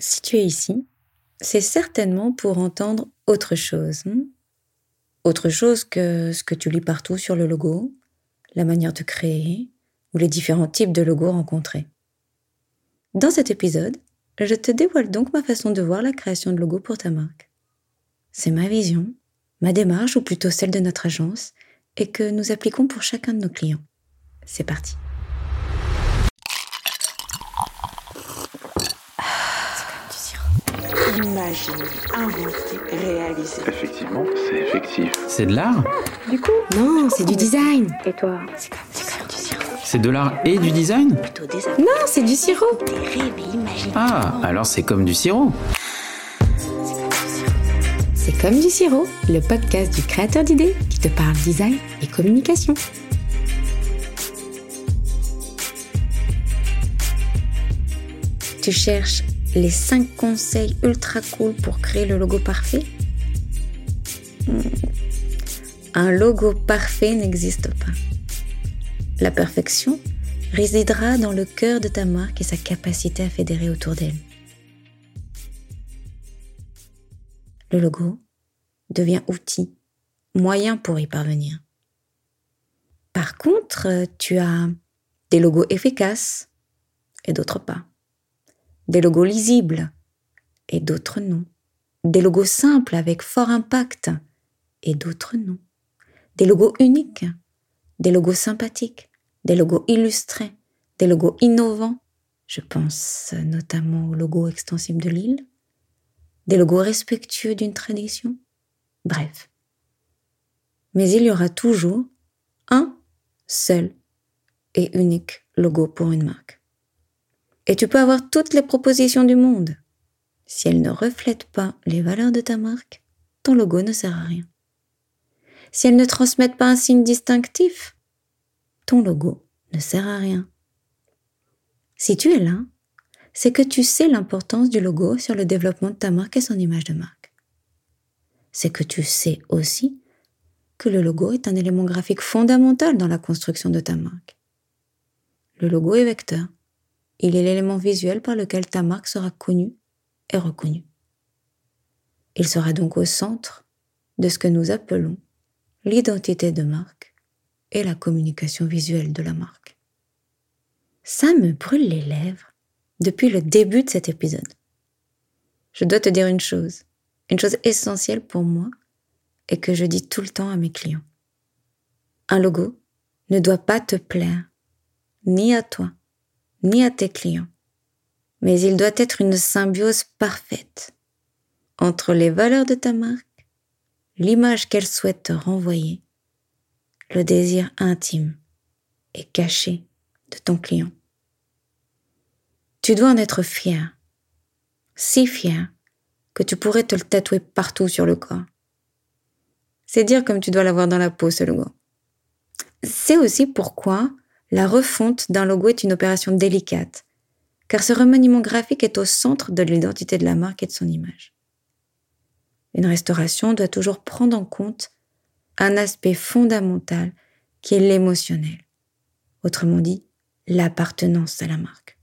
Si tu es ici, c'est certainement pour entendre autre chose. Autre chose que ce que tu lis partout sur le logo, la manière de créer ou les différents types de logos rencontrés. Dans cet épisode, je te dévoile donc ma façon de voir la création de logos pour ta marque. C'est ma vision, ma démarche ou plutôt celle de notre agence et que nous appliquons pour chacun de nos clients. C'est parti. Imaginer, inventer, réaliser. Effectivement, c'est effectif. C'est de l'art ? Du coup, Non, c'est du design. et toi, c'est comme du sirop. C'est de l'art et du design ? Plutôt des Non, c'est du sirop. des rêves et imaginer. Ah, alors c'est comme du sirop. C'est comme du sirop, le podcast du créateur d'idées qui te parle design et communication. Tu cherches les 5 conseils ultra cool pour créer le logo parfait ? Un logo parfait n'existe pas. La perfection résidera dans le cœur de ta marque et sa capacité à fédérer autour d'elle. Le logo devient outil, moyen pour y parvenir. Par contre, tu as des logos efficaces et d'autres pas. Des logos lisibles et d'autres non. Des logos simples avec fort impact et d'autres non. Des logos uniques, des logos sympathiques, des logos illustrés, des logos innovants. Je pense notamment au logo extensible de Lille. Des logos respectueux d'une tradition. Bref. Mais il y aura toujours un seul et unique logo pour une marque. Et tu peux avoir toutes les propositions du monde. Si elles ne reflètent pas les valeurs de ta marque, ton logo ne sert à rien. Si elles ne transmettent pas un signe distinctif, ton logo ne sert à rien. Si tu es là, c'est que tu sais l'importance du logo sur le développement de ta marque et son image de marque. C'est que tu sais aussi que le logo est un élément graphique fondamental dans la construction de ta marque. Le logo est vecteur. Il est l'élément visuel par lequel ta marque sera connue et reconnue. Il sera donc au centre de ce que nous appelons l'identité de marque et la communication visuelle de la marque. Ça me brûle les lèvres depuis le début de cet épisode. Je dois te dire une chose essentielle pour moi et que je dis tout le temps à mes clients. Un logo ne doit pas te plaire, ni à toi, ni à tes clients, mais il doit être une symbiose parfaite entre les valeurs de ta marque, l'image qu'elle souhaite te renvoyer, le désir intime et caché de ton client. Tu dois en être fier, si fier que tu pourrais te le tatouer partout sur le corps. C'est dire comme tu dois l'avoir dans la peau, ce logo. C'est aussi pourquoi la refonte d'un logo est une opération délicate, car ce remaniement graphique est au centre de l'identité de la marque et de son image. Une restauration doit toujours prendre en compte un aspect fondamental qui est l'émotionnel. Autrement dit, l'appartenance à la marque.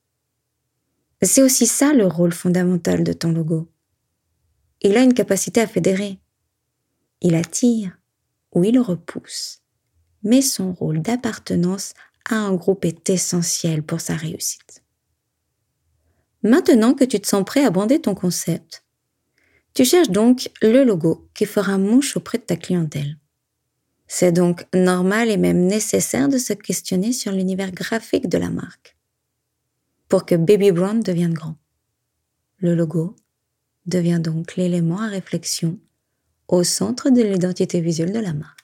C'est aussi ça le rôle fondamental de ton logo. Il a une capacité à fédérer. Il attire ou il repousse. Mais son rôle d'appartenance à un groupe est essentiel pour sa réussite. Maintenant que tu te sens prêt à brander ton concept, tu cherches donc le logo qui fera mouche auprès de ta clientèle. C'est donc normal et même nécessaire de se questionner sur l'univers graphique de la marque pour que Baby Brand devienne grand. Le logo devient donc l'élément à réflexion au centre de l'identité visuelle de la marque.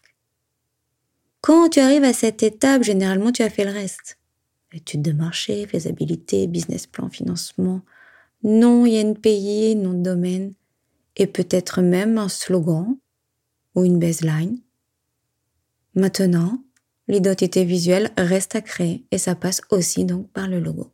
Quand tu arrives à cette étape, généralement tu as fait le reste. Études de marché, faisabilité, business plan, financement, nom INPI, nom de domaine, et peut-être même un slogan ou une baseline. Maintenant, l'identité visuelle reste à créer et ça passe aussi donc par le logo.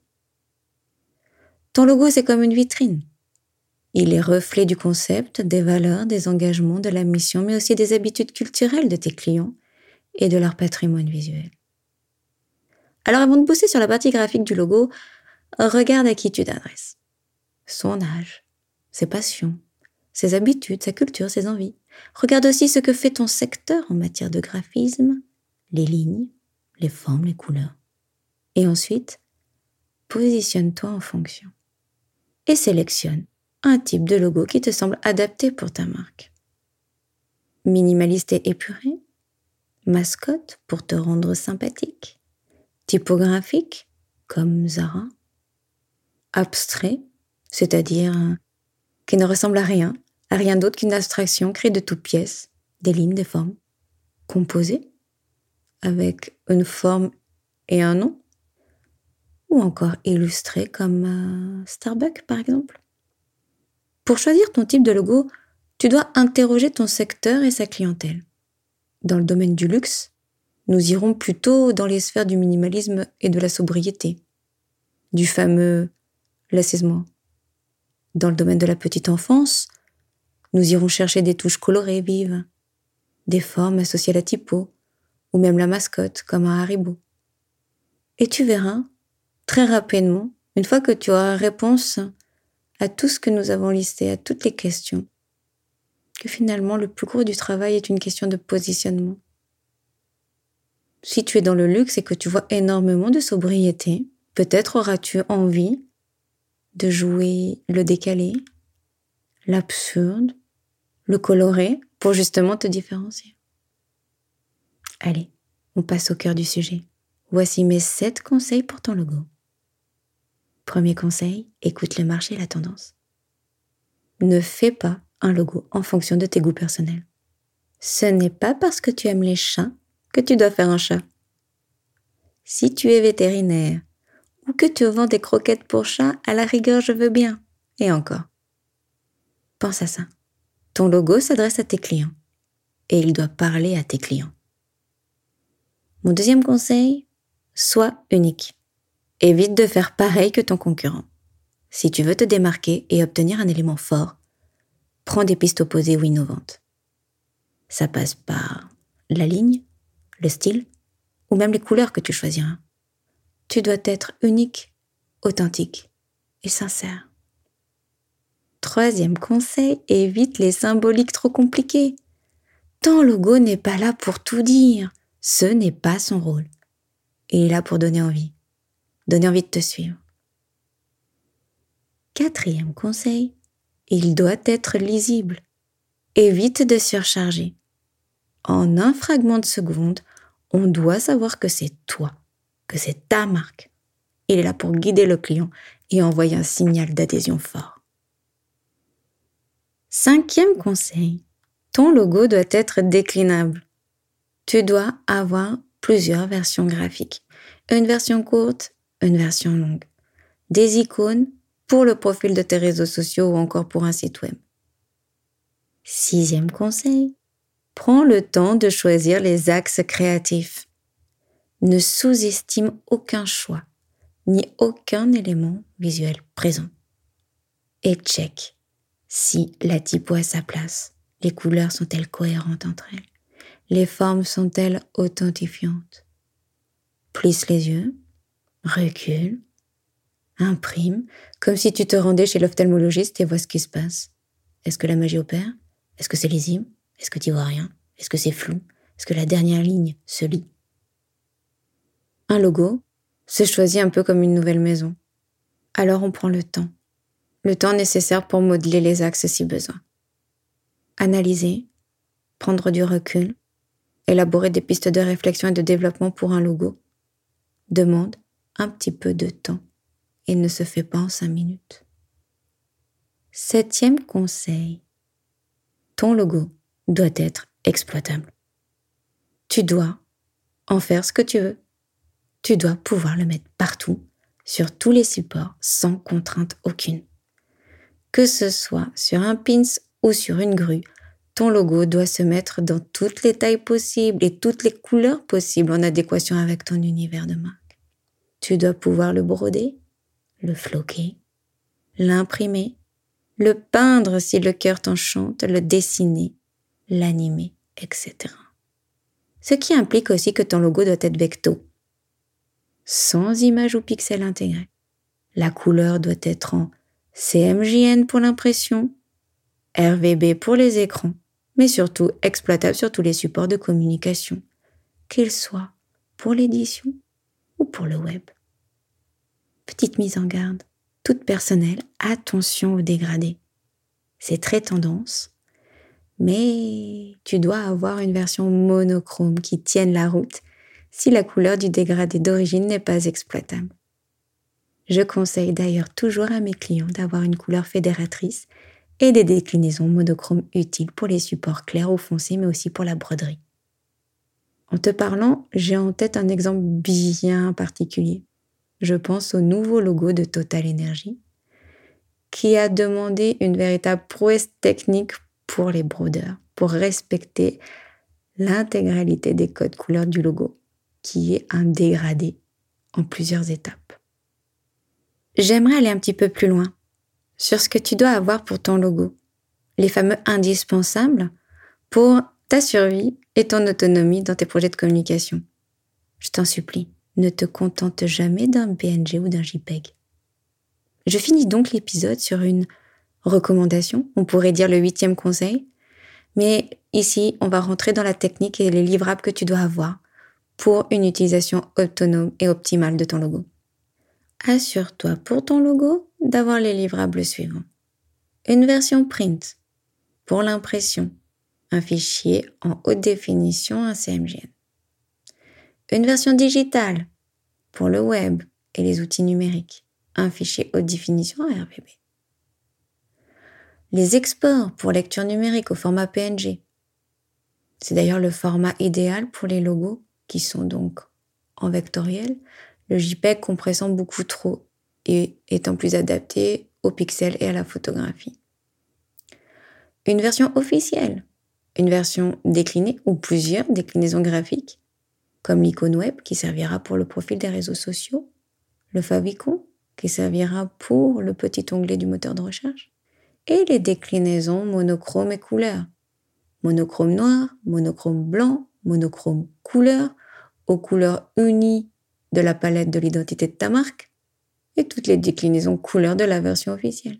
Ton logo, c'est comme une vitrine. Il est reflet du concept, des valeurs, des engagements, de la mission, mais aussi des habitudes culturelles de tes clients et de leur patrimoine visuel. Alors avant de bosser sur la partie graphique du logo, regarde à qui tu t'adresses. son âge, ses passions, ses habitudes, sa culture, ses envies. Regarde aussi ce que fait ton secteur en matière de graphisme, les lignes, les formes, les couleurs. Et ensuite, positionne-toi en fonction. Et sélectionne un type de logo qui te semble adapté pour ta marque. Minimaliste et épuré, mascotte pour te rendre sympathique, typographique comme Zara, abstrait, c'est-à-dire qui ne ressemble à rien d'autre qu'une abstraction créée de toutes pièces, des lignes, des formes, composé, avec une forme et un nom, ou encore illustré comme Starbucks par exemple. Pour choisir ton type de logo, tu dois interroger ton secteur et sa clientèle. Dans le domaine du luxe, nous irons plutôt dans les sphères du minimalisme et de la sobriété, du fameux « laissez-moi ». Dans le domaine de la petite enfance, nous irons chercher des touches colorées vives, des formes associées à la typo, ou même la mascotte comme un Haribo. Et tu verras, très rapidement, une fois que tu auras réponse à tout ce que nous avons listé, à toutes les questions, que finalement le plus gros du travail est une question de positionnement. Si tu es dans le luxe et que tu vois énormément de sobriété, peut-être auras-tu envie de jouer le décalé, l'absurde, le coloré, pour justement te différencier. Allez, on passe au cœur du sujet. Voici mes 7 conseils pour ton logo. Premier conseil, écoute le marché et la tendance. Ne fais pas un logo en fonction de tes goûts personnels. Ce n'est pas parce que tu aimes les chats que tu dois faire un chat. Si tu es vétérinaire ou que tu vends des croquettes pour chats, à la rigueur, je veux bien. Et encore. Pense à ça. Ton logo s'adresse à tes clients et il doit parler à tes clients. Mon deuxième conseil, sois unique. Évite de faire pareil que ton concurrent. Si tu veux te démarquer et obtenir un élément fort, prends des pistes opposées ou innovantes. Ça passe par la ligne, le style ou même les couleurs que tu choisiras. Tu dois être unique, authentique et sincère. Troisième conseil, évite les symboliques trop compliqués. Ton logo n'est pas là pour tout dire. Ce n'est pas son rôle. Il est là pour donner envie de te suivre. Quatrième conseil, il doit être lisible. Évite de surcharger. En un fragment de seconde, on doit savoir que c'est toi, que c'est ta marque. Il est là pour guider le client et envoyer un signal d'adhésion fort. Cinquième conseil, ton logo doit être déclinable. Tu dois avoir plusieurs versions graphiques. Une version courte, une version longue. Des icônes pour le profil de tes réseaux sociaux ou encore pour un site web. Sixième conseil, prends le temps de choisir les axes créatifs. Ne sous-estime aucun choix, ni aucun élément visuel présent. Et check si la typo a sa place. Les couleurs sont-elles cohérentes entre elles? Les formes sont-elles authentifiantes? Plisse les yeux, recule, imprime, comme si tu te rendais chez l'ophtalmologiste et vois ce qui se passe. Est-ce que la magie opère? Est-ce que c'est lisible? Est-ce que tu vois rien? Est-ce que c'est flou? Est-ce que la dernière ligne se lit? Un logo se choisit un peu comme une nouvelle maison. Alors on prend le temps nécessaire pour modeler les axes si besoin. Analyser, prendre du recul, élaborer des pistes de réflexion et de développement pour un logo demande un petit peu de temps et ne se fait pas en 5 minutes. Septième conseil, ton logo doit être exploitable. Tu dois en faire ce que tu veux. Tu dois pouvoir le mettre partout, sur tous les supports, sans contrainte aucune. Que ce soit sur un pins ou sur une grue, ton logo doit se mettre dans toutes les tailles possibles et toutes les couleurs possibles en adéquation avec ton univers de marque. Tu dois pouvoir le broder, le floquer, l'imprimer, le peindre si le cœur t'enchante, le dessiner, l'animer, etc. Ce qui implique aussi que ton logo doit être vecto, sans image ou pixel intégré. La couleur doit être en CMJN pour l'impression, RVB pour les écrans, mais surtout exploitable sur tous les supports de communication, qu'ils soient pour l'édition ou pour le web. Petite mise en garde, toute personnelle, attention au dégradé. C'est très tendance, mais tu dois avoir une version monochrome qui tienne la route si la couleur du dégradé d'origine n'est pas exploitable. Je conseille d'ailleurs toujours à mes clients d'avoir une couleur fédératrice et des déclinaisons monochromes utiles pour les supports clairs ou foncés, mais aussi pour la broderie. En te parlant, j'ai en tête un exemple bien particulier. Je pense au nouveau logo de Total Energy, qui a demandé une véritable prouesse technique pour les brodeurs, pour respecter l'intégralité des codes couleurs du logo, qui est un dégradé en plusieurs étapes. J'aimerais aller un petit peu plus loin sur ce que tu dois avoir pour ton logo, les fameux indispensables pour ta survie et ton autonomie dans tes projets de communication. Je t'en supplie, ne te contente jamais d'un PNG ou d'un JPEG. Je finis donc l'épisode sur une recommandation, on pourrait dire le 8e conseil, mais ici, on va rentrer dans la technique et les livrables que tu dois avoir pour une utilisation autonome et optimale de ton logo. Assure-toi pour ton logo d'avoir les livrables suivants. Une version print pour l'impression, un fichier en haute définition, un CMJN. Une version digitale pour le web et les outils numériques, un fichier haute définition, un RVB. Les exports pour lecture numérique au format PNG. C'est d'ailleurs le format idéal pour les logos qui sont donc en vectoriel, le JPEG compressant beaucoup trop et étant plus adapté aux pixels et à la photographie. Une version officielle, une version déclinée ou plusieurs déclinaisons graphiques, comme l'icône web qui servira pour le profil des réseaux sociaux, le favicon qui servira pour le petit onglet du moteur de recherche, et les déclinaisons monochrome et couleur. Monochrome noir, monochrome blanc, monochrome couleur, aux couleurs unies de la palette de l'identité de ta marque, et toutes les déclinaisons couleurs de la version officielle.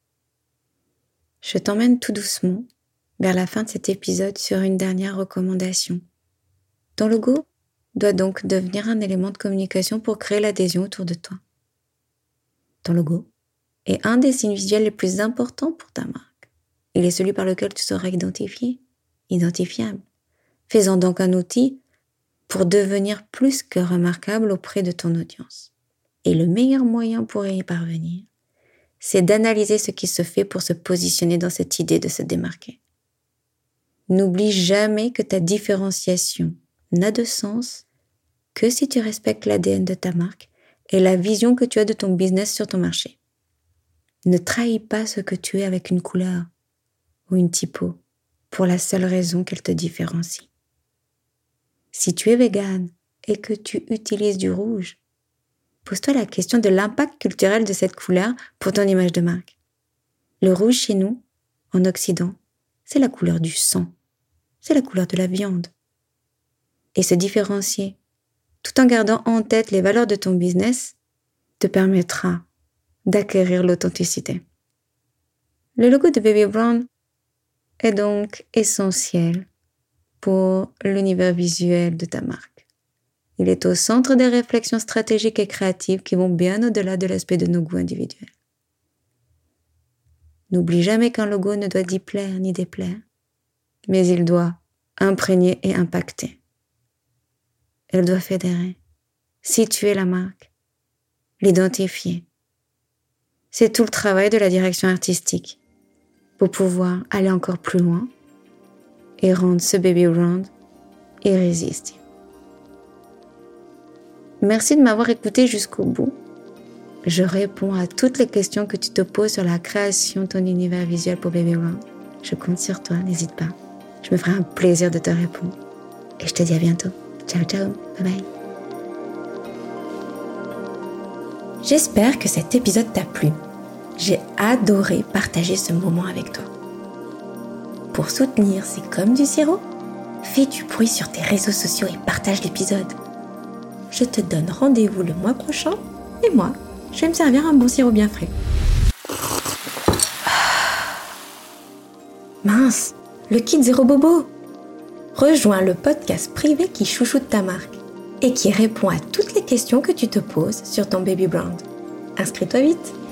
Je t'emmène tout doucement vers la fin de cet épisode sur une dernière recommandation. Ton logo doit donc devenir un élément de communication pour créer l'adhésion autour de toi. Ton logo est un des signes visuels les plus importants pour ta marque. Il est celui par lequel tu seras identifiable, faisant donc un outil pour devenir plus que remarquable auprès de ton audience. Et le meilleur moyen pour y parvenir, c'est d'analyser ce qui se fait pour se positionner dans cette idée de se démarquer. N'oublie jamais que ta différenciation n'a de sens que si tu respectes l'ADN de ta marque et la vision que tu as de ton business sur ton marché. Ne trahis pas ce que tu es avec une couleur ou une typo pour la seule raison qu'elle te différencie. Si tu es végane et que tu utilises du rouge, pose-toi la question de l'impact culturel de cette couleur pour ton image de marque. Le rouge chez nous, en Occident, c'est la couleur du sang, c'est la couleur de la viande. Et se différencier, tout en gardant en tête les valeurs de ton business, te permettra d'acquérir l'authenticité. Le logo de Baby Brown est donc essentiel pour l'univers visuel de ta marque. Il est au centre des réflexions stratégiques et créatives qui vont bien au-delà de l'aspect de nos goûts individuels. N'oublie jamais qu'un logo ne doit ni plaire ni déplaire, mais il doit imprégner et impacter. Elle doit fédérer, situer la marque, l'identifier. C'est tout le travail de la direction artistique pour pouvoir aller encore plus loin et rendre ce Baby Brown irrésistible. Merci de m'avoir écouté jusqu'au bout. Je réponds à toutes les questions que tu te poses sur la création de ton univers visuel pour Baby Brown. Je compte sur toi, n'hésite pas. Je me ferai un plaisir de te répondre. Et je te dis à bientôt. Ciao, ciao. Bye bye. J'espère que cet épisode t'a plu. J'ai adoré partager ce moment avec toi. Pour soutenir C'est comme du sirop, fais du bruit sur tes réseaux sociaux et partage l'épisode. Je te donne rendez-vous le mois prochain et moi, je vais me servir un bon sirop bien frais. Mince, le kit Zéro Bobo. Rejoins le podcast privé qui chouchoute ta marque et qui répond à toutes les questions que tu te poses sur ton baby brand. Inscris-toi vite.